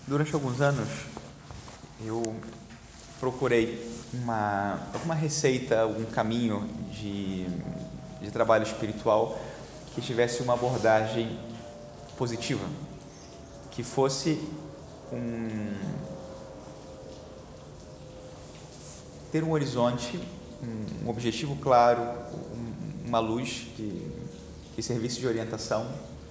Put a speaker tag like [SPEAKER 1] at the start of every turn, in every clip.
[SPEAKER 1] Durante alguns anos, eu procurei alguma receita, algum caminho de trabalho espiritual que tivesse uma abordagem positiva, que fosse ter um horizonte, um objetivo claro, uma luz que servisse de orientação,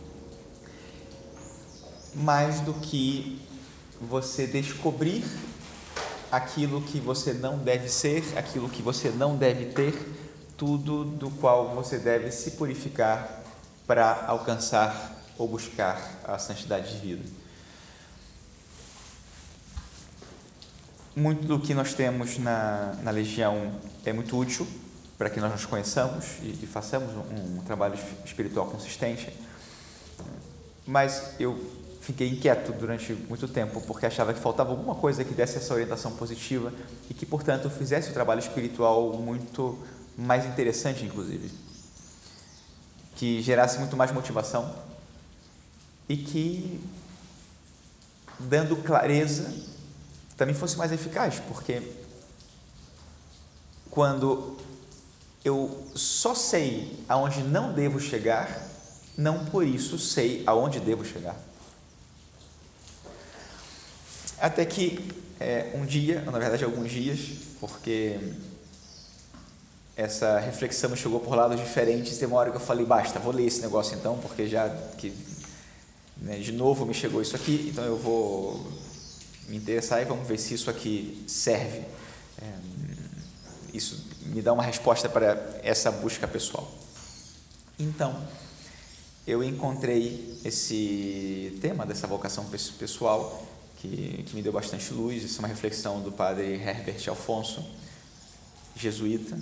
[SPEAKER 1] mais do que você descobrir aquilo que você não deve ser, aquilo que você não deve ter, tudo do qual você deve se purificar para alcançar ou buscar a santidade de vida. Muito do que nós temos na Legião é muito útil para que nós nos conheçamos e façamos um trabalho espiritual consistente, mas eu fiquei inquieto durante muito tempo, porque achava que faltava alguma coisa que desse essa orientação positiva e que, portanto, fizesse o trabalho espiritual muito mais interessante, inclusive, que gerasse muito mais motivação e que, dando clareza, também fosse mais eficaz, porque quando eu só sei aonde não devo chegar, não por isso sei aonde devo chegar. Até que um dia, na verdade alguns dias, porque essa reflexão me chegou por lados diferentes, tem uma hora que eu falei, basta, vou ler esse negócio então, porque de novo me chegou isso aqui, então eu vou me interessar e vamos ver se isso aqui serve. Isso me dá uma resposta para essa busca pessoal. Então, eu encontrei esse tema dessa vocação pessoal que me deu bastante luz. Isso é uma reflexão do padre Herbert Alfonso, jesuíta.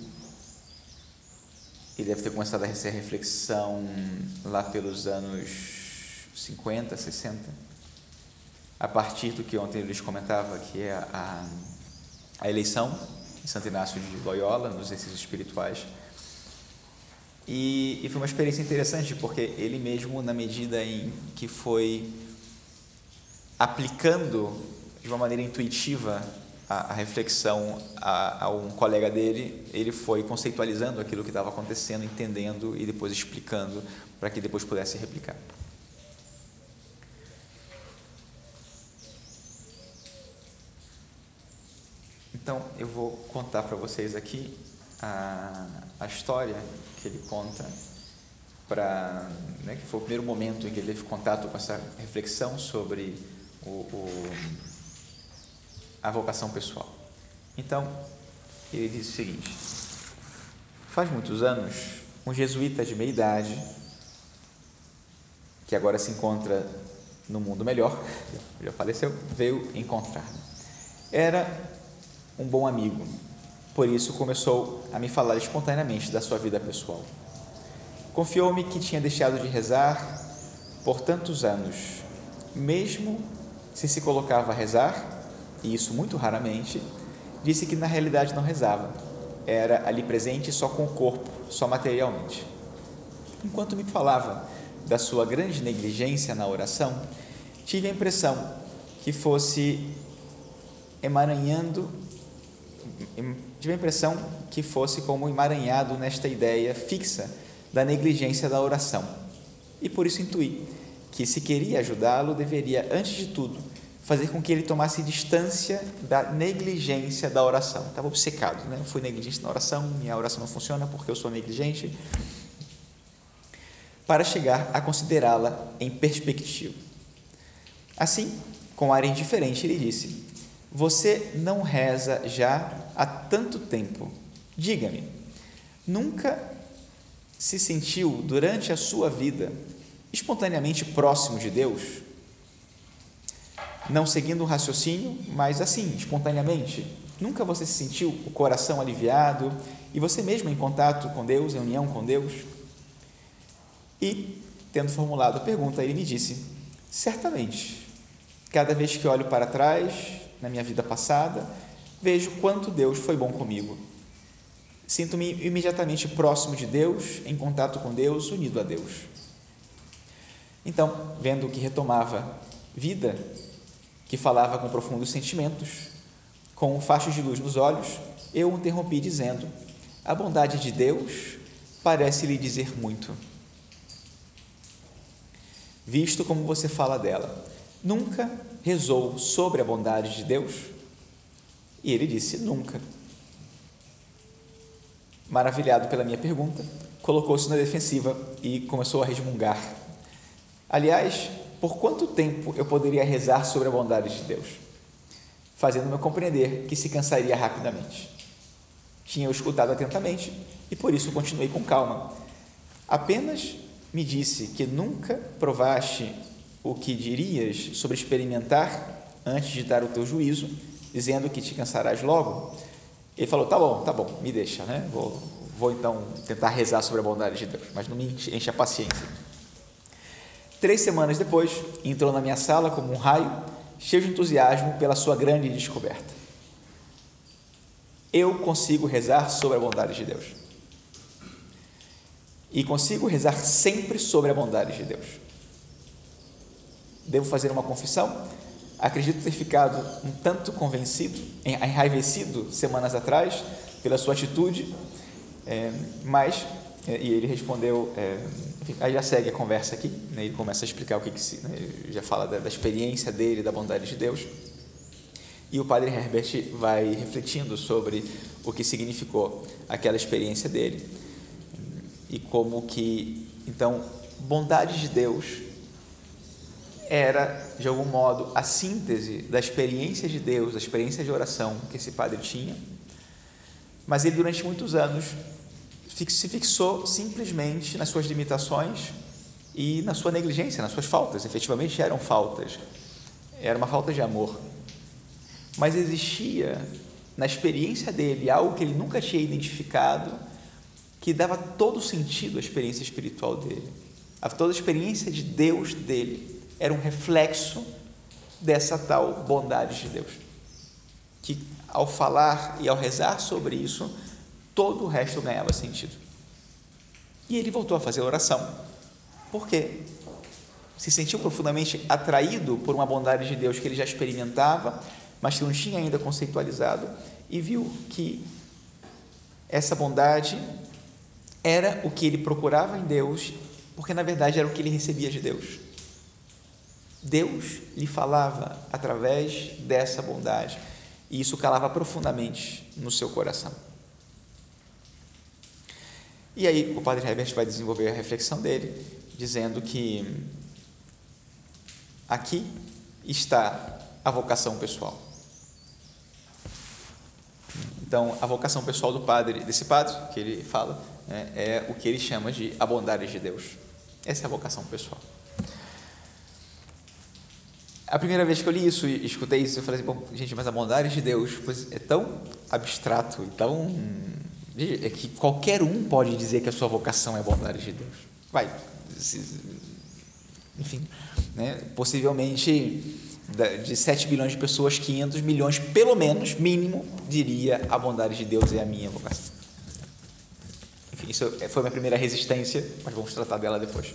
[SPEAKER 1] Ele deve ter começado essa reflexão lá pelos anos 50, 60, a partir do que ontem Luiz comentava, que é a eleição de Santo Inácio de Loyola nos exercícios espirituais. E foi uma experiência interessante, porque ele mesmo, na medida em que foi aplicando de uma maneira intuitiva a reflexão a um colega dele, ele foi conceitualizando aquilo que estava acontecendo, entendendo e depois explicando para que depois pudesse replicar. Então, eu vou contar para vocês aqui a história que ele conta, que foi o primeiro momento em que ele teve contato com essa reflexão sobre a vocação pessoal. Então, ele diz o seguinte: faz muitos anos, um jesuíta de meia idade, que agora se encontra no mundo melhor, já faleceu, veio encontrar-me. Era um bom amigo, por isso começou a me falar espontaneamente da sua vida pessoal. Confiou-me que tinha deixado de rezar por tantos anos, mesmo se colocava a rezar, e isso muito raramente. Disse que na realidade não rezava, era ali presente só com o corpo, só materialmente. Enquanto me falava da sua grande negligência na oração, tive a impressão que fosse como emaranhado nesta ideia fixa da negligência da oração, e por isso intuí que, se queria ajudá-lo, deveria, antes de tudo, fazer com que ele tomasse distância da negligência da oração. Estava obcecado, né? Fui negligente na oração, minha oração não funciona porque eu sou negligente, para chegar a considerá-la em perspectiva. Assim, com ar indiferente, ele disse: você não reza já há tanto tempo. Diga-me, nunca se sentiu durante a sua vida espontaneamente próximo de Deus? Não seguindo um raciocínio, mas assim, espontaneamente. Nunca você se sentiu o coração aliviado e você mesmo em contato com Deus, em união com Deus? E, tendo formulado a pergunta, ele me disse: certamente, cada vez que olho para trás, na minha vida passada, vejo quanto Deus foi bom comigo. Sinto-me imediatamente próximo de Deus, em contato com Deus, unido a Deus. Então, vendo que retomava vida, que falava com profundos sentimentos, com fachos de luz nos olhos, eu o interrompi dizendo: a bondade de Deus parece lhe dizer muito. Visto como você fala dela, nunca rezou sobre a bondade de Deus? E ele disse: nunca. Maravilhado pela minha pergunta, colocou-se na defensiva e começou a resmungar. Aliás, por quanto tempo eu poderia rezar sobre a bondade de Deus? Fazendo-me compreender que se cansaria rapidamente. Tinha-o escutado atentamente e por isso continuei com calma. Apenas me disse que nunca provaste o que dirias sobre experimentar antes de dar o teu juízo, dizendo que te cansarás logo. Ele falou: tá bom, me deixa, né? Vou então tentar rezar sobre a bondade de Deus, mas não me enche a paciência. 3 semanas depois, entrou na minha sala como um raio, cheio de entusiasmo pela sua grande descoberta. Eu consigo rezar sobre a bondade de Deus. E consigo rezar sempre sobre a bondade de Deus. Devo fazer uma confissão? Acredito ter ficado um tanto convencido, enraivecido semanas atrás pela sua atitude, e ele respondeu, enfim, aí já segue a conversa aqui, né, ele começa a explicar o que já fala da experiência dele, da bondade de Deus, e o padre Herbert vai refletindo sobre o que significou aquela experiência dele, e como que, então, bondade de Deus era, de algum modo, a síntese da experiência de Deus, da experiência de oração que esse padre tinha, mas ele, durante muitos anos, se fixou simplesmente nas suas limitações e na sua negligência, nas suas faltas. Efetivamente eram faltas, era uma falta de amor, mas existia na experiência dele algo que ele nunca tinha identificado, que dava todo o sentido à experiência espiritual dele. Toda a experiência de Deus dele era um reflexo dessa tal bondade de Deus, que ao falar e ao rezar sobre isso, todo o resto ganhava sentido. E ele voltou a fazer a oração, porque se sentiu profundamente atraído por uma bondade de Deus que ele já experimentava, mas que não tinha ainda conceitualizado, e viu que essa bondade era o que ele procurava em Deus, porque na verdade era o que ele recebia de Deus. Deus lhe falava através dessa bondade, e isso calava profundamente no seu coração. E aí o padre Herbert vai desenvolver a reflexão dele, dizendo que aqui está a vocação pessoal. Então, a vocação pessoal desse padre, que ele fala, né, é o que ele chama de a bondade de Deus. Essa é a vocação pessoal. A primeira vez que eu li isso e escutei isso, eu falei assim, bom, gente, mas a bondade de Deus é tão abstrato e tão... é que qualquer um pode dizer que a sua vocação é a bondade de Deus. Enfim, né, possivelmente de 7 bilhões de pessoas, 500 milhões, pelo menos, mínimo, diria a bondade de Deus é a minha vocação. Enfim, isso foi a minha primeira resistência, mas vamos tratar dela depois.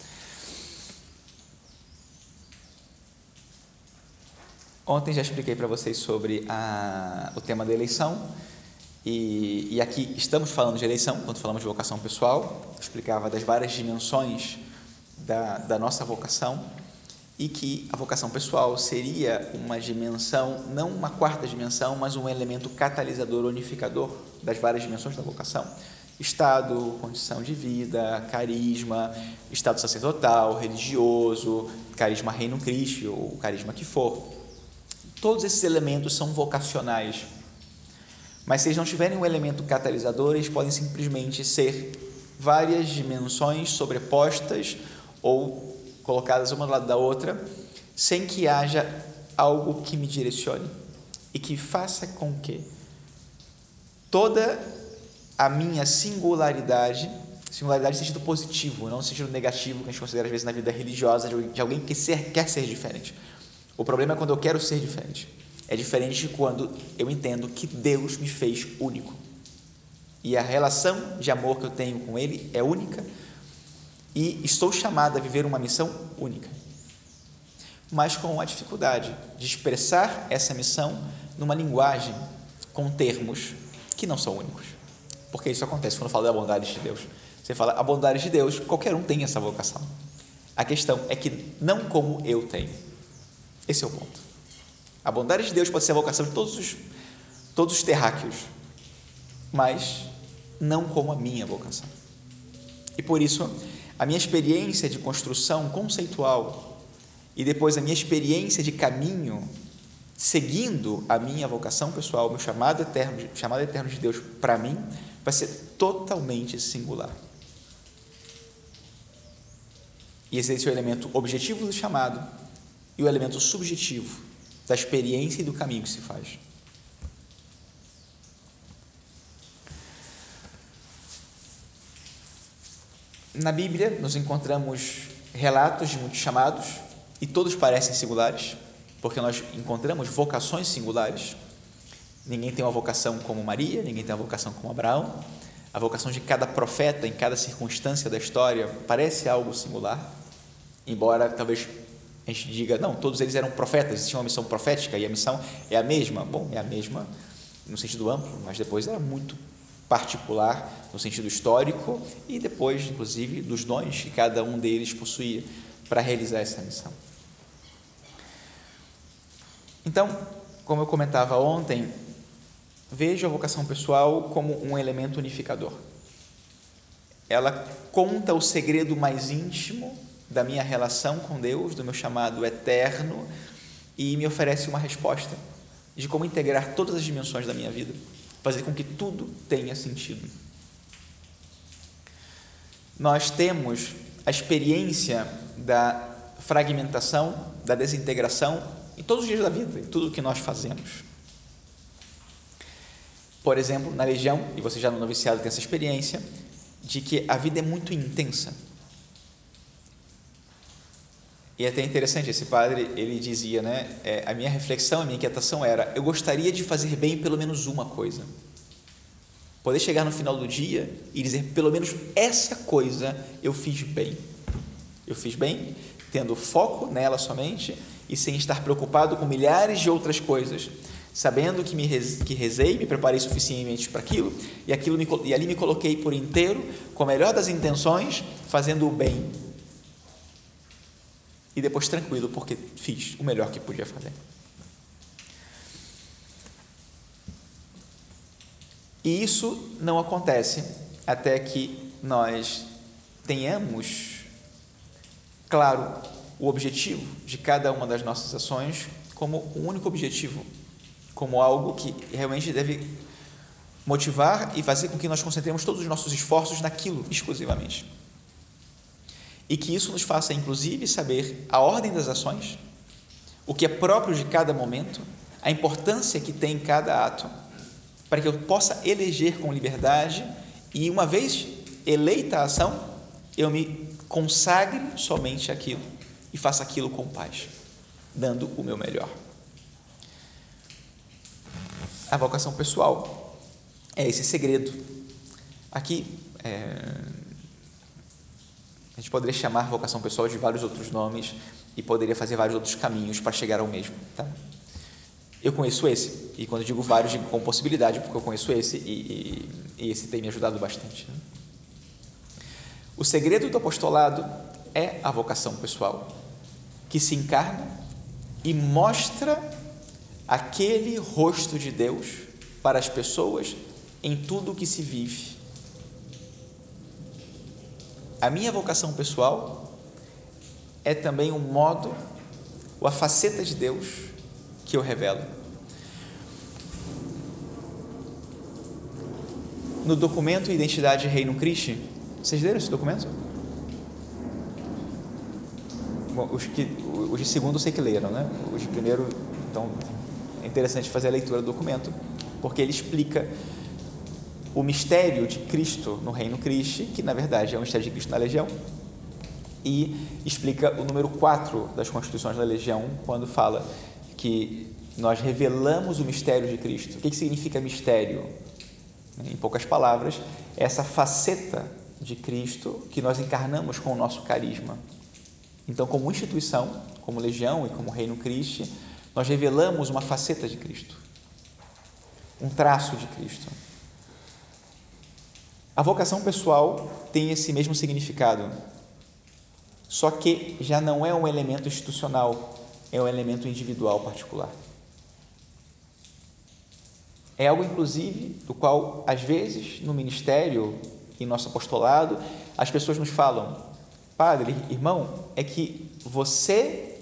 [SPEAKER 1] Ontem já expliquei para vocês sobre o tema da eleição, e aqui estamos falando de eleição, quando falamos de vocação pessoal, eu explicava das várias dimensões da nossa vocação, e que a vocação pessoal seria uma dimensão, não uma quarta dimensão, mas um elemento catalisador, unificador das várias dimensões da vocação. Estado, condição de vida, carisma, estado sacerdotal, religioso, carisma reino Cristo, ou carisma que for. Todos esses elementos são vocacionais, mas se eles não tiverem um elemento catalisador, eles podem simplesmente ser várias dimensões sobrepostas ou colocadas uma do lado da outra, sem que haja algo que me direcione e que faça com que toda a minha singularidade no sentido positivo, não no sentido negativo, que a gente considera às vezes na vida religiosa, de alguém que quer ser diferente. O problema é quando eu quero ser diferente. É diferente de quando eu entendo que Deus me fez único. E a relação de amor que eu tenho com Ele é única, e estou chamado a viver uma missão única. mas com a dificuldade de expressar essa missão numa linguagem com termos que não são únicos. Porque isso acontece quando fala da bondade de Deus. Você fala a bondade de Deus, qualquer um tem essa vocação. A questão é que não como eu tenho. Esse é o ponto. A bondade de Deus pode ser a vocação de todos os terráqueos, mas não como a minha vocação. E por isso, a minha experiência de construção conceitual e depois a minha experiência de caminho, seguindo a minha vocação pessoal, meu chamado eterno de Deus para mim, vai ser totalmente singular. E esse é o elemento objetivo do chamado e o elemento subjetivo da experiência e do caminho que se faz. Na Bíblia, nós encontramos relatos de muitos chamados e todos parecem singulares, porque nós encontramos vocações singulares. Ninguém tem uma vocação como Maria, ninguém tem uma vocação como Abraão. A vocação de cada profeta em cada circunstância da história parece algo singular, embora talvez a gente diga, não, todos eles eram profetas, tinham uma missão profética e a missão é a mesma. Bom, é a mesma no sentido amplo, mas depois era muito particular no sentido histórico e depois, inclusive, dos dons que cada um deles possuía para realizar essa missão. Então, como eu comentava ontem, vejo a vocação pessoal como um elemento unificador. Ela conta o segredo mais íntimo da minha relação com Deus, do meu chamado eterno, e me oferece uma resposta de como integrar todas as dimensões da minha vida, fazer com que tudo tenha sentido. Nós temos a experiência da fragmentação, da desintegração em todos os dias da vida, em tudo o que nós fazemos. Por exemplo, na Legião, e você já no noviciado tem essa experiência, de que a vida é muito intensa. E é até interessante, esse padre, ele dizia, a minha reflexão, a minha inquietação era, eu gostaria de fazer bem pelo menos uma coisa. Poder chegar no final do dia e dizer, pelo menos essa coisa eu fiz bem. Eu fiz bem, tendo foco nela somente e sem estar preocupado com milhares de outras coisas, sabendo que rezei, me preparei suficientemente para aquilo e ali me coloquei por inteiro, com a melhor das intenções, fazendo o bem. E depois tranquilo, porque fiz o melhor que podia fazer. E isso não acontece até que nós tenhamos claro o objetivo de cada uma das nossas ações como um único objetivo, como algo que realmente deve motivar e fazer com que nós concentremos todos os nossos esforços naquilo exclusivamente. E que isso nos faça, inclusive, saber a ordem das ações, o que é próprio de cada momento, a importância que tem cada ato, para que eu possa eleger com liberdade e, uma vez eleita a ação, eu me consagre somente àquilo e faça aquilo com paz, dando o meu melhor. A vocação pessoal é esse segredo. Aqui, a gente poderia chamar vocação pessoal de vários outros nomes e poderia fazer vários outros caminhos para chegar ao mesmo. Tá? Eu conheço esse, e quando digo vários, digo com possibilidade, porque eu conheço esse e esse tem me ajudado bastante. Né? O segredo do apostolado é a vocação pessoal, que se encarna e mostra aquele rosto de Deus para as pessoas em tudo o que se vive. A minha vocação pessoal é também um modo, ou a faceta de Deus que eu revelo. No documento Identidade Reino Christi, vocês leram esse documento? Bom, os de segundo eu sei que leram, né? Os de primeiro, então, é interessante fazer a leitura do documento, porque ele explica o mistério de Cristo no Reino Christi, que na verdade é o mistério de Cristo na Legião, e explica o número 4 das Constituições da Legião, quando fala que nós revelamos o mistério de Cristo. O que significa mistério? Em poucas palavras, é essa faceta de Cristo que nós encarnamos com o nosso carisma. Então, como instituição, como Legião e como Reino Christi, nós revelamos uma faceta de Cristo, um traço de Cristo. A vocação pessoal tem esse mesmo significado, só que já não é um elemento institucional, é um elemento individual particular. É algo, inclusive, do qual, às vezes, no ministério, em nosso apostolado, as pessoas nos falam: padre, irmão, é que você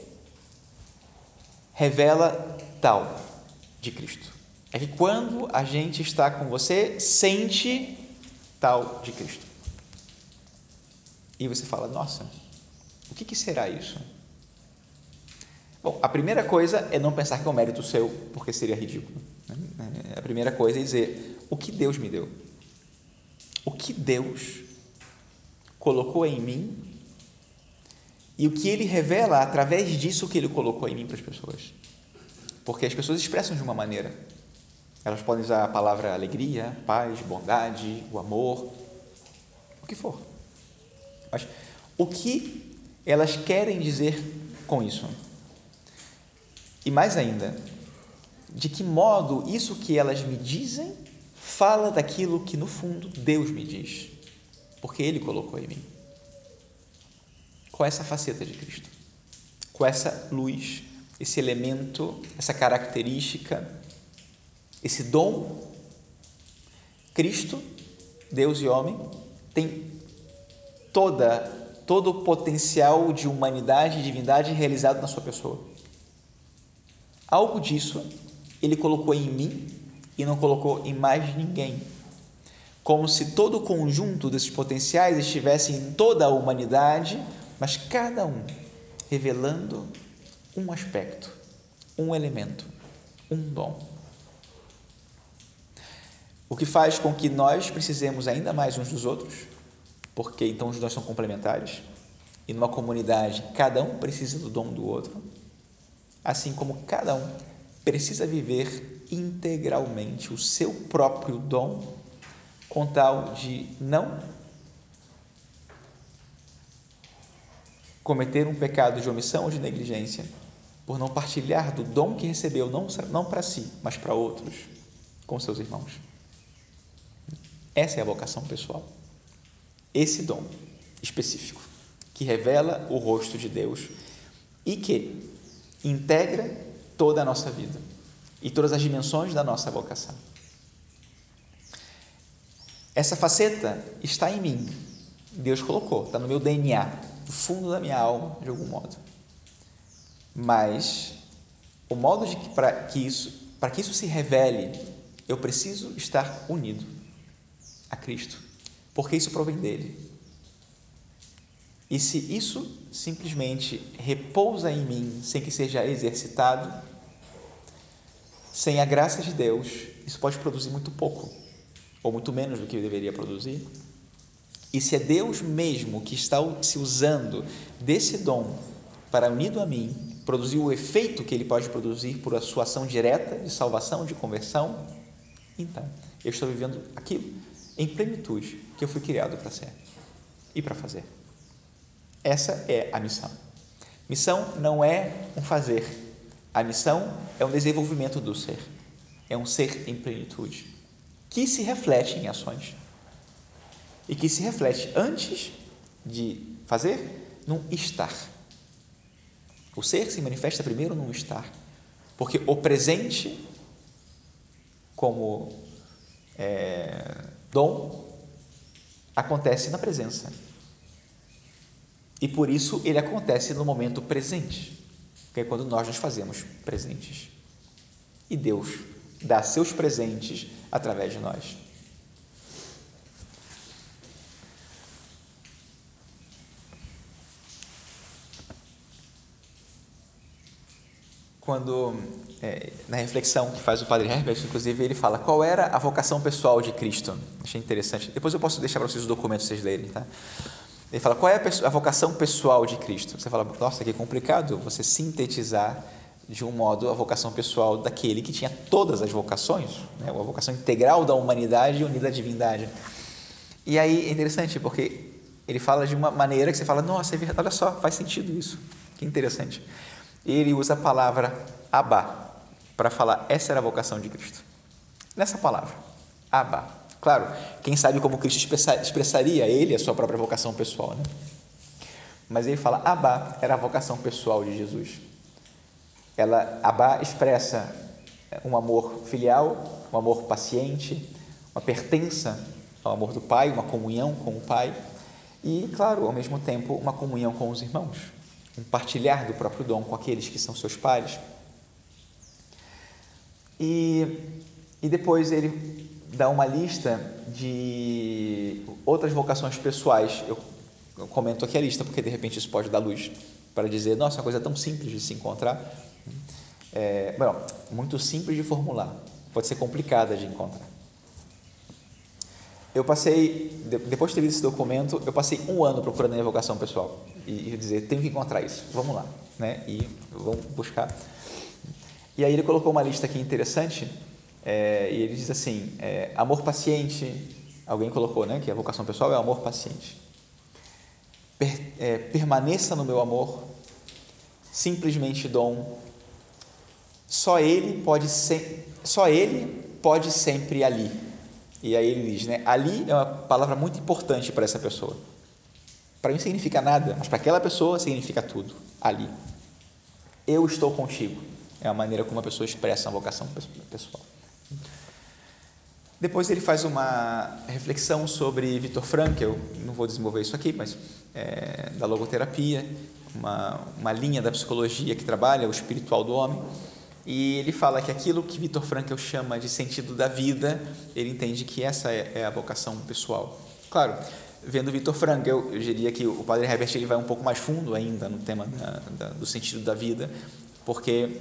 [SPEAKER 1] revela tal de Cristo. É que quando a gente está com você, sente tal de Cristo. E você fala: nossa, o que será isso? Bom, a primeira coisa é não pensar que é um mérito seu, porque seria ridículo. A primeira coisa é dizer: o que Deus me deu? O que Deus colocou em mim e o que Ele revela através disso que Ele colocou em mim para as pessoas. Porque as pessoas expressam de uma maneira. Elas podem usar a palavra alegria, paz, bondade, o amor, o que for. Mas o que elas querem dizer com isso? E mais ainda, de que modo isso que elas me dizem fala daquilo que, no fundo, Deus me diz, porque Ele colocou em mim. Com essa faceta de Cristo, com essa luz, esse elemento, essa característica, esse dom, Cristo, Deus e homem, tem todo o potencial de humanidade e divindade realizado na sua pessoa. Algo disso Ele colocou em mim e não colocou em mais ninguém. Como se todo o conjunto desses potenciais estivesse em toda a humanidade, mas cada um revelando um aspecto, um elemento, um dom. O que faz com que nós precisemos ainda mais uns dos outros, porque então os dons são complementares, e numa comunidade cada um precisa do dom do outro, assim como cada um precisa viver integralmente o seu próprio dom, com tal de não cometer um pecado de omissão ou de negligência, por não partilhar do dom que recebeu, não para si, mas para outros, com seus irmãos. Essa é a vocação pessoal. Esse dom específico, que revela o rosto de Deus e que integra toda a nossa vida e todas as dimensões da nossa vocação. Essa faceta está em mim, Deus colocou, está no meu DNA, no fundo da minha alma, de algum modo. Mas o modo para que isso se revele, eu preciso estar unido a Cristo, porque isso provém dele. E se isso simplesmente repousa em mim, sem que seja exercitado, sem a graça de Deus, isso pode produzir muito pouco, ou muito menos do que deveria produzir. E se é Deus mesmo que está se usando desse dom para, unido a mim, produzir o efeito que Ele pode produzir por a sua ação direta de salvação, de conversão, então eu estou vivendo aquilo em plenitude que eu fui criado para ser e para fazer. Essa é a missão. Missão não é um fazer, a missão é um desenvolvimento do ser, é um ser em plenitude, que se reflete em ações e que se reflete, antes de fazer, num estar. O ser se manifesta primeiro num estar, porque o presente, como dom, acontece na presença. E por isso ele acontece no momento presente, que é quando nós nos fazemos presentes. E Deus dá seus presentes através de nós. Quando, na reflexão que faz o Padre Herbert, inclusive, ele fala qual era a vocação pessoal de Cristo. Achei interessante. Depois eu posso deixar para vocês os documentos, vocês lerem, tá? Ele fala, qual é a vocação pessoal de Cristo? Você fala, nossa, que complicado você sintetizar de um modo a vocação pessoal daquele que tinha todas as vocações, né? A vocação integral da humanidade unida à divindade. E aí é interessante, porque ele fala de uma maneira que você fala, nossa, é verdade, olha só, faz sentido isso, que interessante. Ele usa a palavra Abá para falar, essa era a vocação de Cristo. Nessa palavra, Abá. Claro, quem sabe como Cristo expressaria ele a sua própria vocação pessoal, né? Mas ele fala, Abá era a vocação pessoal de Jesus. Abá expressa um amor filial, um amor paciente, uma pertença ao amor do Pai, uma comunhão com o Pai e, claro, ao mesmo tempo, uma comunhão com os irmãos, um partilhar do próprio dom com aqueles que são seus pares. E depois ele dá uma lista de outras vocações pessoais. Eu comento aqui a lista, porque de repente isso pode dar luz para dizer, nossa, é uma coisa tão simples de se encontrar. Muito simples de formular, pode ser complicada de encontrar. Eu passei, depois de ter lido esse documento, eu passei 1 ano procurando a minha vocação pessoal e dizer, tenho que encontrar isso, vamos lá, né? E vamos buscar. E aí ele colocou uma lista aqui interessante, e ele diz assim, amor paciente, alguém colocou, né, que a vocação pessoal é amor paciente. Permaneça no meu amor, simplesmente dom, só ele pode sempre ali. E aí ele diz, né, ali é uma palavra muito importante para essa pessoa. Para mim significa nada, mas para aquela pessoa significa tudo, ali. Eu estou contigo, é a maneira como a pessoa expressa a vocação pessoal. Depois ele faz uma reflexão sobre Viktor Frankl, não vou desenvolver isso aqui, mas da logoterapia, uma linha da psicologia que trabalha o espiritual do homem, e ele fala que aquilo que Viktor Frankl chama de sentido da vida, ele entende que essa é a vocação pessoal. Claro, vendo Viktor Frankl, eu diria que o Padre Herbert ele vai um pouco mais fundo ainda no tema do sentido da vida, porque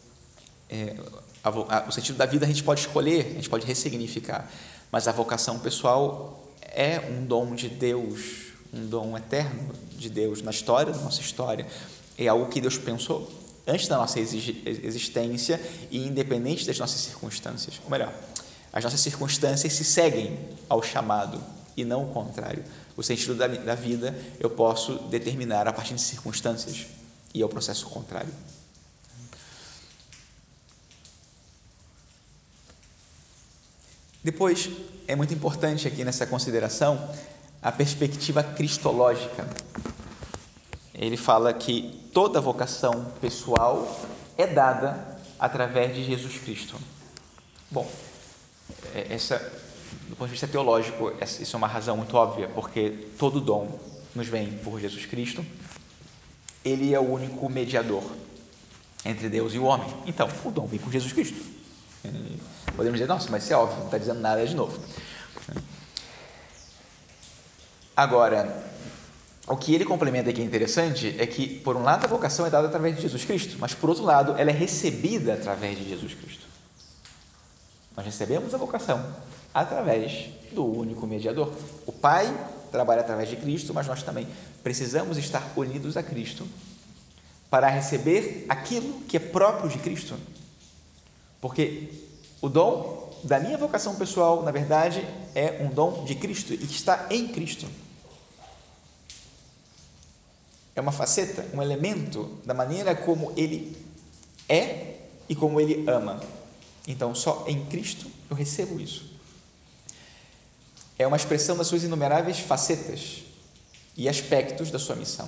[SPEAKER 1] o sentido da vida a gente pode escolher, a gente pode ressignificar, mas a vocação pessoal é um dom de Deus, um dom eterno de Deus na história, da nossa história, é algo que Deus pensou antes da nossa existência e independente das nossas circunstâncias, ou melhor, as nossas circunstâncias se seguem ao chamado e não o contrário. O sentido da vida eu posso determinar a partir de circunstâncias e é o processo contrário. Depois, é muito importante aqui nessa consideração a perspectiva cristológica. Ele fala que toda vocação pessoal é dada através de Jesus Cristo. Bom, do ponto de vista teológico, isso é uma razão muito óbvia, porque todo dom nos vem por Jesus Cristo. Ele é o único mediador entre Deus e o homem. Então, o dom vem por Jesus Cristo. Podemos dizer, nossa, mas isso é óbvio, não está dizendo nada de novo. Agora, o que ele complementa aqui é interessante é que, por um lado, a vocação é dada através de Jesus Cristo, mas, por outro lado, ela é recebida através de Jesus Cristo. Nós recebemos a vocação através do único mediador. O Pai trabalha através de Cristo, mas nós também precisamos estar unidos a Cristo para receber aquilo que é próprio de Cristo. Porque o dom da minha vocação pessoal, na verdade, é um dom de Cristo e que está em Cristo. É uma faceta, um elemento da maneira como Ele é e como Ele ama. Então, só em Cristo eu recebo isso. É uma expressão das suas inumeráveis facetas e aspectos da sua missão.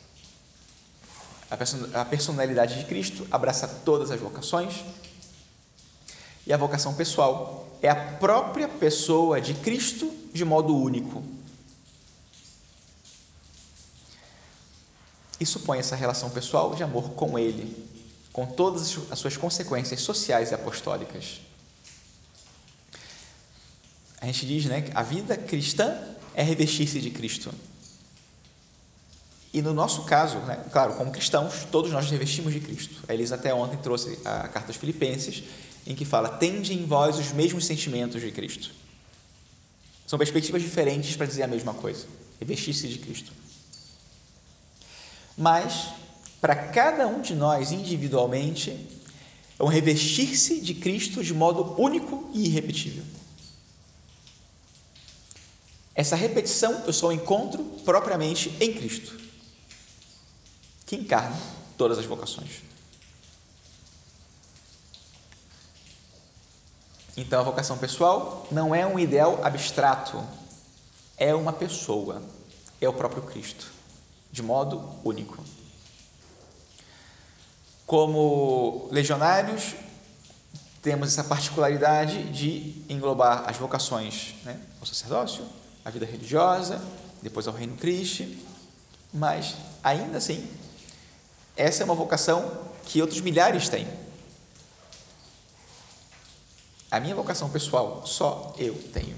[SPEAKER 1] A personalidade de Cristo abraça todas as vocações e a vocação pessoal é a própria pessoa de Cristo de modo único. E supõe essa relação pessoal de amor com Ele, com todas as suas consequências sociais e apostólicas. A gente diz, né, que a vida cristã é revestir-se de Cristo. E no nosso caso, né, claro, como cristãos, todos nós revestimos de Cristo. A Elisa até ontem trouxe a carta aos Filipenses, em que fala, tende em vós os mesmos sentimentos de Cristo. São perspectivas diferentes para dizer a mesma coisa, revestir-se de Cristo. Mas, para cada um de nós individualmente, é um revestir-se de Cristo de modo único e irrepetível. Essa repetição eu só encontro propriamente em Cristo, que encarna todas as vocações. Então, a vocação pessoal não é um ideal abstrato, é uma pessoa, é o próprio Cristo, de modo único. Como legionários, temos essa particularidade de englobar as vocações, ao sacerdócio, à vida religiosa, depois ao reino Cristo, mas, ainda assim, essa é uma vocação que outros milhares têm. A minha vocação pessoal, só eu tenho.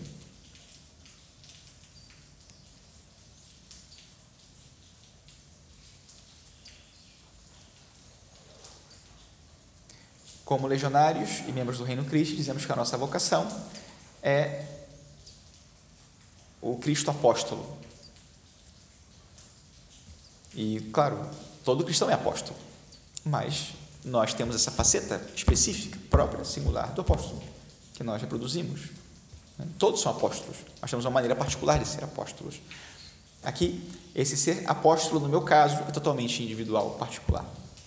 [SPEAKER 1] Como legionários e membros do Reino Cristo, dizemos que a nossa vocação é o Cristo apóstolo. E, claro, todo cristão é apóstolo, mas nós temos essa faceta específica, própria, singular do apóstolo, que nós reproduzimos. Todos são apóstolos, nós temos uma maneira particular de ser apóstolos. Aqui, esse ser apóstolo, no meu caso, é totalmente individual, particular.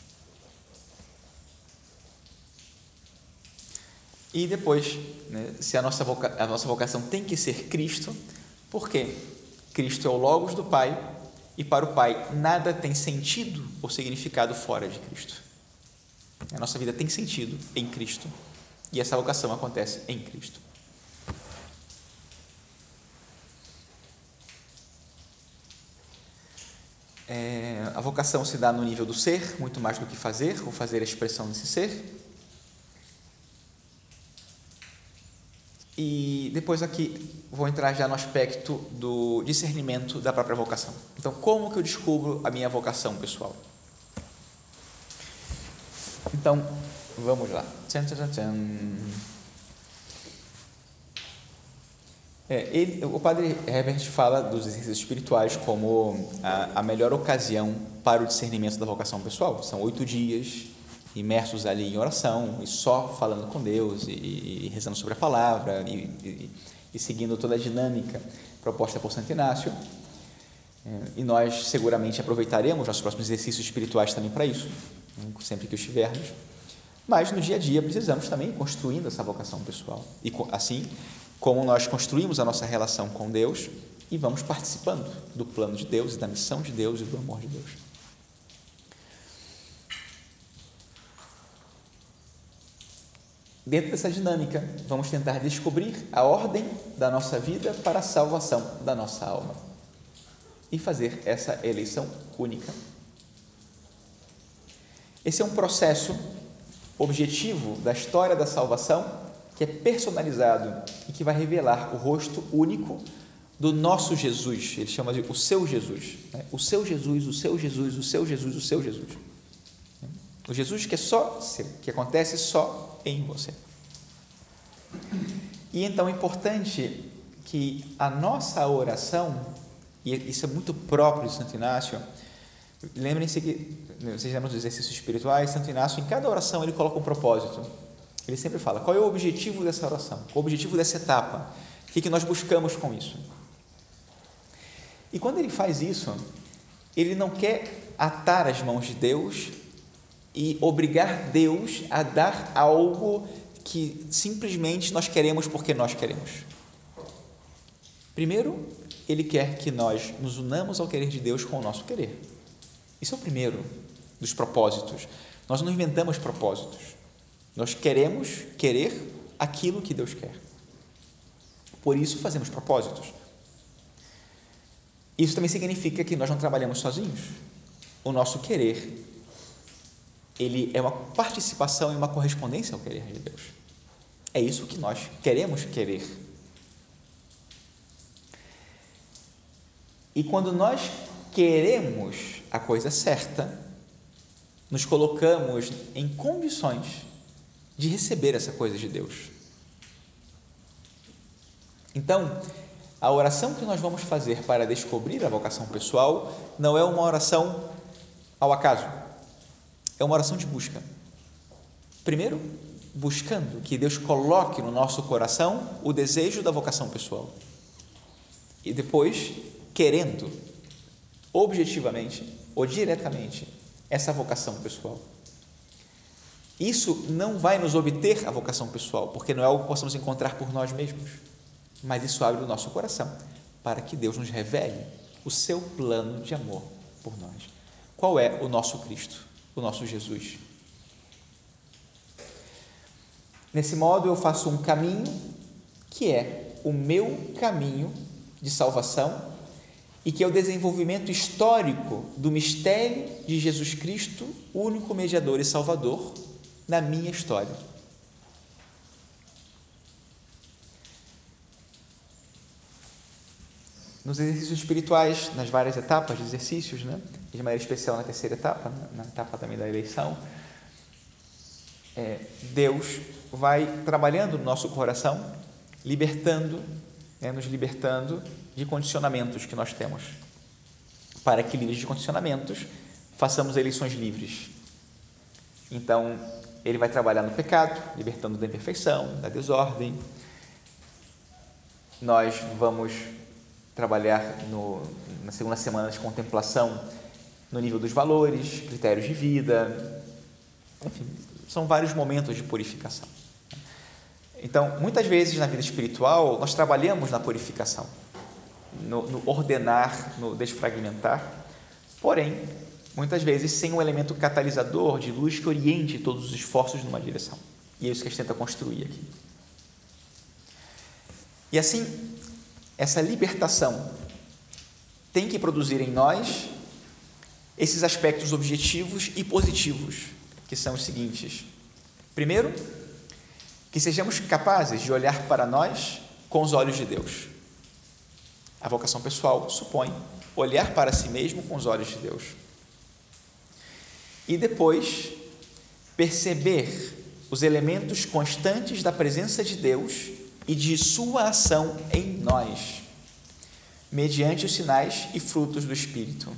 [SPEAKER 1] E depois, se a nossa vocação tem que ser Cristo, por quê? Cristo é o Logos do Pai, e para o Pai nada tem sentido ou significado fora de Cristo. A nossa vida tem sentido em Cristo, e essa vocação acontece em Cristo. A vocação se dá no nível do ser, muito mais do que fazer, ou fazer a expressão desse ser. E depois aqui vou entrar já no aspecto do discernimento da própria vocação. Então, como que eu descubro a minha vocação pessoal? Então, vamos lá. O padre Herbert fala dos exercícios espirituais como a melhor ocasião para o discernimento da vocação pessoal. São 8 dias imersos ali em oração e só falando com Deus e rezando sobre a palavra e seguindo toda a dinâmica proposta por Santo Inácio. E nós seguramente aproveitaremos nossos próximos exercícios espirituais também para isso, sempre que estivermos. Mas no dia a dia precisamos também ir construindo essa vocação pessoal. E assim como nós construímos a nossa relação com Deus e vamos participando do plano de Deus e da missão de Deus e do amor de Deus. Dentro dessa dinâmica, vamos tentar descobrir a ordem da nossa vida para a salvação da nossa alma e fazer essa eleição única. Esse é um processo objetivo da história da salvação que é personalizado e que vai revelar o rosto único do nosso Jesus. Ele chama de o seu Jesus. O seu Jesus, o seu Jesus, o seu Jesus, o seu Jesus. O Jesus que é só seu, que acontece só em você. E então é importante que a nossa oração, e isso é muito próprio de Santo Inácio, lembrem-se que, vocês lembram dos exercícios espirituais, Santo Inácio, em cada oração ele coloca um propósito. Ele sempre fala, qual é o objetivo dessa oração? Qual é o objetivo dessa etapa? O que nós buscamos com isso? E quando ele faz isso, ele não quer atar as mãos de Deus e obrigar Deus a dar algo que simplesmente nós queremos porque nós queremos. Primeiro, ele quer que nós nos unamos ao querer de Deus com o nosso querer. Isso é o primeiro dos propósitos. Nós não inventamos propósitos. Nós queremos querer aquilo que Deus quer. Por isso fazemos propósitos. Isso também significa que nós não trabalhamos sozinhos. O nosso querer, ele é uma participação e uma correspondência ao querer de Deus. É isso que nós queremos querer. E quando nós queremos a coisa certa, nos colocamos em condições de receber essa coisa de Deus. Então, a oração que nós vamos fazer para descobrir a vocação pessoal não é uma oração ao acaso, é uma oração de busca. Primeiro, buscando que Deus coloque no nosso coração o desejo da vocação pessoal. e depois querendo, objetivamente ou diretamente, essa vocação pessoal. Isso não vai nos obter a vocação pessoal, porque não é algo que possamos encontrar por nós mesmos, mas isso abre o nosso coração para que Deus nos revele o seu plano de amor por nós. Qual é o nosso Cristo, o nosso Jesus? Nesse modo eu faço um caminho que é o meu caminho de salvação e que é o desenvolvimento histórico do mistério de Jesus Cristo, único mediador e salvador, na minha história. Nos exercícios espirituais, nas várias etapas de exercícios, de maneira especial na terceira etapa, na etapa também da eleição, Deus vai trabalhando no nosso coração, nos libertando de condicionamentos que nós temos, para que, livres de condicionamentos, façamos eleições livres. Então, Ele vai trabalhar no pecado, libertando da imperfeição, da desordem. Nós vamos trabalhar na segunda semana de contemplação no nível dos valores, critérios de vida, enfim, são vários momentos de purificação. Então, muitas vezes na vida espiritual, nós trabalhamos na purificação, no ordenar, no desfragmentar, porém, muitas vezes sem um elemento catalisador de luz que oriente todos os esforços numa direção. E é isso que a gente tenta construir aqui. E assim, essa libertação tem que produzir em nós esses aspectos objetivos e positivos, que são os seguintes. Primeiro, que sejamos capazes de olhar para nós com os olhos de Deus. A vocação pessoal supõe olhar para si mesmo com os olhos de Deus. E depois, perceber os elementos constantes da presença de Deus e de sua ação em nós, mediante os sinais e frutos do Espírito.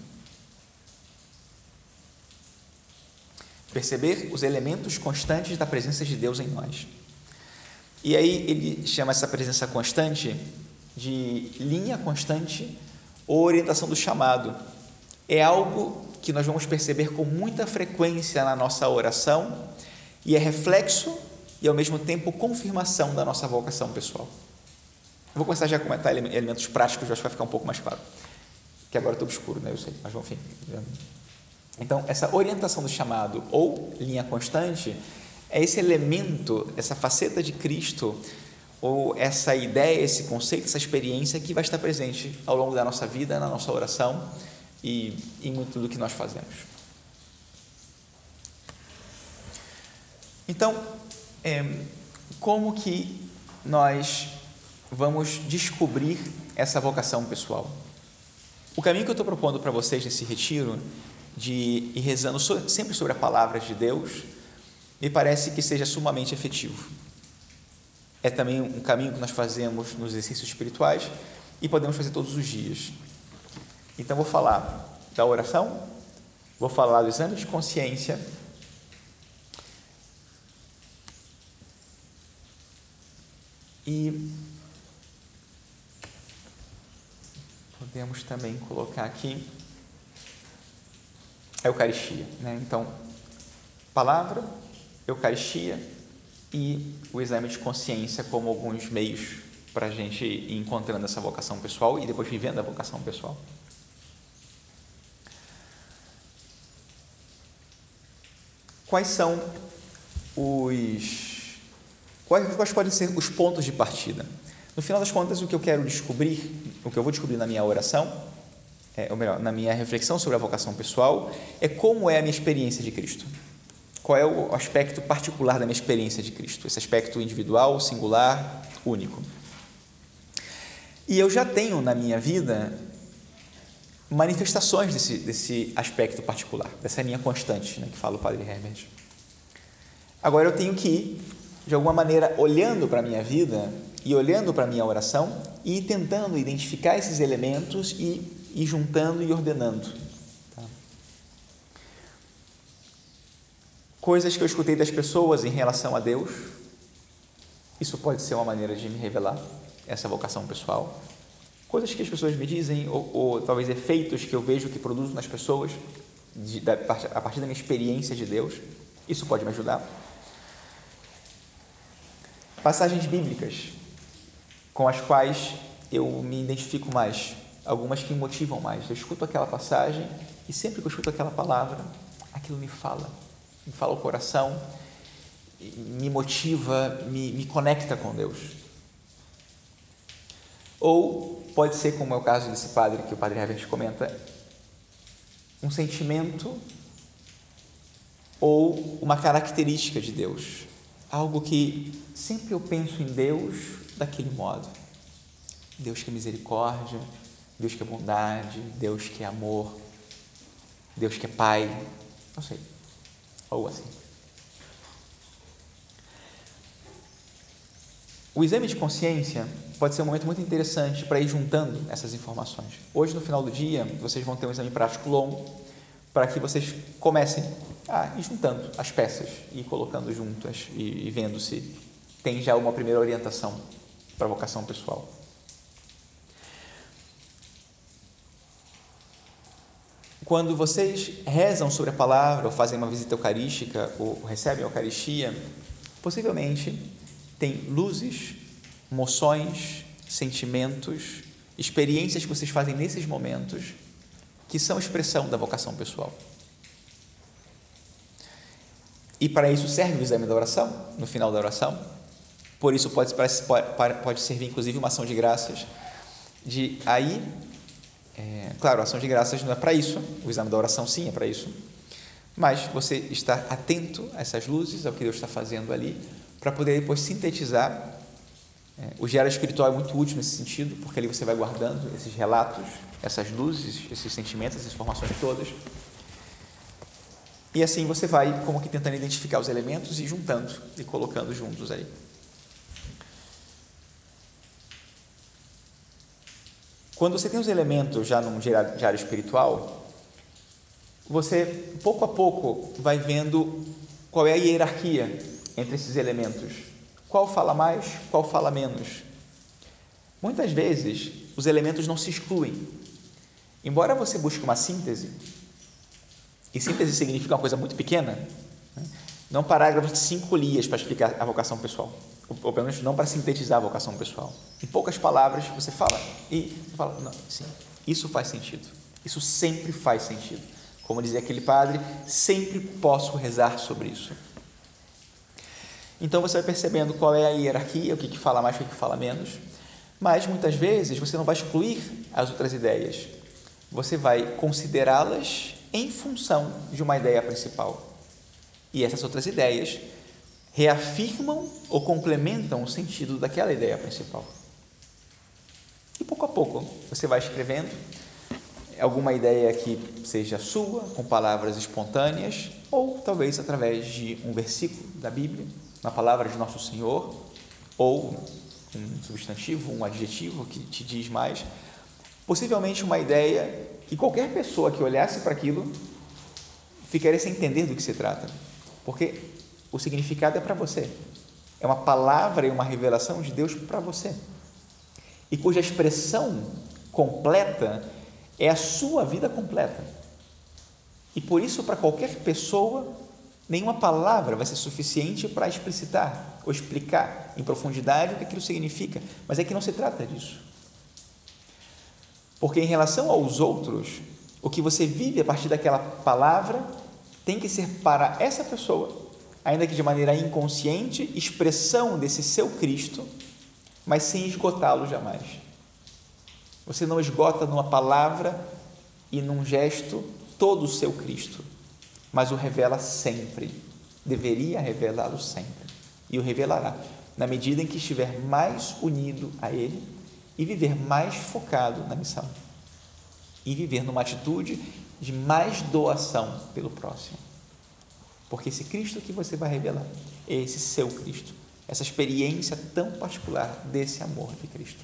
[SPEAKER 1] Perceber os elementos constantes da presença de Deus em nós. E aí ele chama essa presença constante de linha constante ou orientação do chamado. É algo que nós vamos perceber com muita frequência na nossa oração e é reflexo e, ao mesmo tempo, confirmação da nossa vocação pessoal. Eu vou começar já a comentar elementos práticos, eu acho que vai ficar um pouco mais claro, que agora está obscuro, eu sei, mas enfim. Então, essa orientação do chamado ou linha constante é esse elemento, essa faceta de Cristo, ou essa ideia, esse conceito, essa experiência que vai estar presente ao longo da nossa vida, na nossa oração e em muito do que nós fazemos. Então, como que nós vamos descobrir essa vocação pessoal? O caminho que eu estou propondo para vocês nesse retiro, de ir rezando sempre sobre a palavra de Deus, me parece que seja sumamente efetivo. É também um caminho que nós fazemos nos exercícios espirituais e podemos fazer todos os dias. Então, vou falar da oração, vou falar do exame de consciência e podemos também colocar aqui a Eucaristia, Então, palavra, Eucaristia e o exame de consciência como alguns meios para a gente ir encontrando essa vocação pessoal e depois vivendo a vocação pessoal. Quais podem ser os pontos de partida? No final das contas, o que eu quero descobrir, o que eu vou descobrir na minha oração, ou melhor, na minha reflexão sobre a vocação pessoal, é como é a minha experiência de Cristo. Qual é o aspecto particular da minha experiência de Cristo? Esse aspecto individual, singular, único. E eu já tenho na minha vida manifestações desse aspecto particular, dessa linha constante, que fala o Padre Herbert. Agora eu tenho que ir, de alguma maneira, olhando para a minha vida e olhando para a minha oração e tentando identificar esses elementos e ir juntando e ordenando. Coisas que eu escutei das pessoas em relação a Deus, isso pode ser uma maneira de me revelar essa vocação pessoal. coisas que as pessoas me dizem, ou talvez efeitos que eu vejo que produzo nas pessoas, a partir da minha experiência de Deus. Isso pode me ajudar. Passagens bíblicas com as quais eu me identifico mais, algumas que me motivam mais. Eu escuto aquela passagem e sempre que eu escuto aquela palavra, aquilo me fala o coração, me motiva, me conecta com Deus. Ou pode ser, como é o caso desse padre que o padre Herbert comenta, um sentimento ou uma característica de Deus, algo que sempre eu penso em Deus daquele modo. Deus que é misericórdia, Deus que é bondade, Deus que é amor, Deus que é Pai, não sei, ou assim. O exame de consciência pode ser um momento muito interessante para ir juntando essas informações. Hoje, no final do dia, vocês vão ter um exame prático longo para que vocês comecem a ir juntando as peças e colocando juntas e vendo se tem já uma primeira orientação para a vocação pessoal. Quando vocês rezam sobre a palavra, ou fazem uma visita eucarística, ou recebem a Eucaristia, possivelmente tem luzes, emoções, sentimentos, experiências que vocês fazem nesses momentos que são expressão da vocação pessoal. E para isso serve o exame da oração, no final da oração. Por isso pode servir inclusive uma ação de graças. Claro, a ação de graças não é para isso, o exame da oração sim é para isso, mas você está atento a essas luzes, ao que Deus está fazendo ali, para poder depois sintetizar. O diário espiritual é muito útil nesse sentido, porque ali você vai guardando esses relatos, essas luzes, esses sentimentos, essas informações todas, e assim você vai como que tentando identificar os elementos e juntando e colocando juntos aí. Quando você tem os elementos já num diário espiritual, você pouco a pouco vai vendo qual é a hierarquia entre esses elementos. Qual fala mais, qual fala menos. Muitas vezes, os elementos não se excluem. Embora você busque uma síntese, e síntese significa uma coisa muito pequena, não parágrafos de 5 linhas para explicar a vocação pessoal, ou pelo menos não para sintetizar a vocação pessoal. Em poucas palavras, você fala, não, sim, isso faz sentido, isso sempre faz sentido. Como dizia aquele padre, sempre posso rezar sobre isso. Então você vai percebendo qual é a hierarquia, o que fala mais, o que fala menos, mas muitas vezes você não vai excluir as outras ideias, você vai considerá-las em função de uma ideia principal. E essas outras ideias reafirmam ou complementam o sentido daquela ideia principal. E pouco a pouco você vai escrevendo alguma ideia que seja sua, com palavras espontâneas, ou talvez através de um versículo da Bíblia, na palavra de Nosso Senhor, ou um substantivo, um adjetivo que te diz mais, possivelmente uma ideia que qualquer pessoa que olhasse para aquilo ficaria sem entender do que se trata, porque o significado é para você, é uma palavra e uma revelação de Deus para você, e cuja expressão completa é a sua vida completa, e por isso para qualquer pessoa nenhuma palavra vai ser suficiente para explicitar ou explicar em profundidade o que aquilo significa, mas é que não se trata disso. Porque em relação aos outros, o que você vive a partir daquela palavra tem que ser para essa pessoa, ainda que de maneira inconsciente, expressão desse seu Cristo, mas sem esgotá-lo jamais. Você não esgota numa palavra e num gesto todo o seu Cristo, mas o revela sempre, deveria revelá-lo sempre, e o revelará, na medida em que estiver mais unido a Ele e viver mais focado na missão, e viver numa atitude de mais doação pelo próximo, porque esse Cristo que você vai revelar é esse seu Cristo, essa experiência tão particular desse amor de Cristo.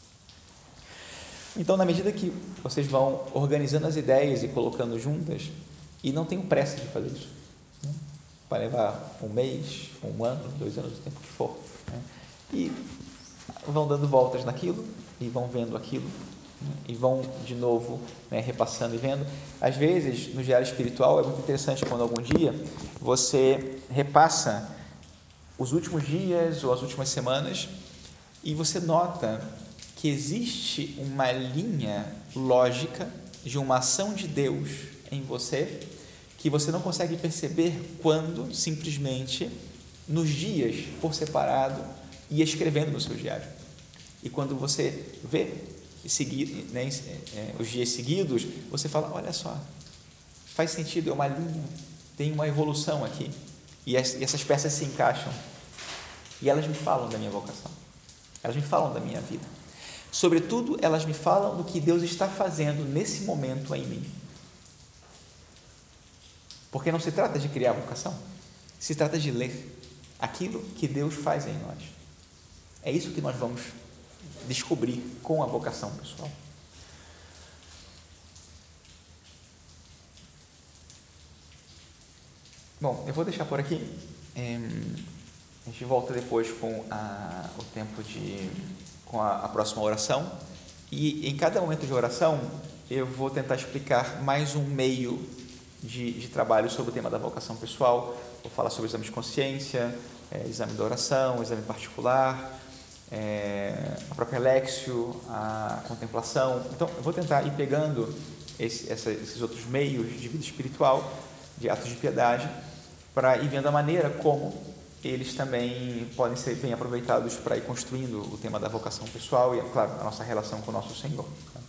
[SPEAKER 1] Então, na medida que vocês vão organizando as ideias e colocando juntas, e não tenham pressa de fazer isso, né? Vai levar 1 mês, 1 ano, 2 anos, o tempo que for, né? E vão dando voltas naquilo e vão vendo aquilo, né, e vão de novo, né, repassando e vendo. Às vezes, no diário espiritual, é muito interessante quando algum dia você repassa os últimos dias ou as últimas semanas e você nota que existe uma linha lógica de uma ação de Deus em você que você não consegue perceber quando simplesmente nos dias por separado ia escrevendo no seu diário. E quando você vê né, os dias seguidos, você fala, olha só, faz sentido, é uma linha, tem uma evolução aqui. E essas peças se encaixam. E elas me falam da minha vocação. Elas me falam da minha vida. Sobretudo, elas me falam do que Deus está fazendo nesse momento em mim. Porque não se trata de criar vocação, se trata de ler aquilo que Deus faz em nós. É isso que nós vamos descobrir com a vocação pessoal. Bom, eu vou deixar por aqui. A gente volta depois com o tempo com a próxima oração. E em cada momento de oração, eu vou tentar explicar mais um meio de trabalho sobre o tema da vocação pessoal. Vou falar sobre o exame de consciência, exame da oração, exame particular, a própria Lexio, a contemplação. Então, eu vou tentar ir pegando esses outros meios de vida espiritual, de atos de piedade, para ir vendo a maneira como eles também podem ser bem aproveitados para ir construindo o tema da vocação pessoal e, claro, a nossa relação com o nosso Senhor.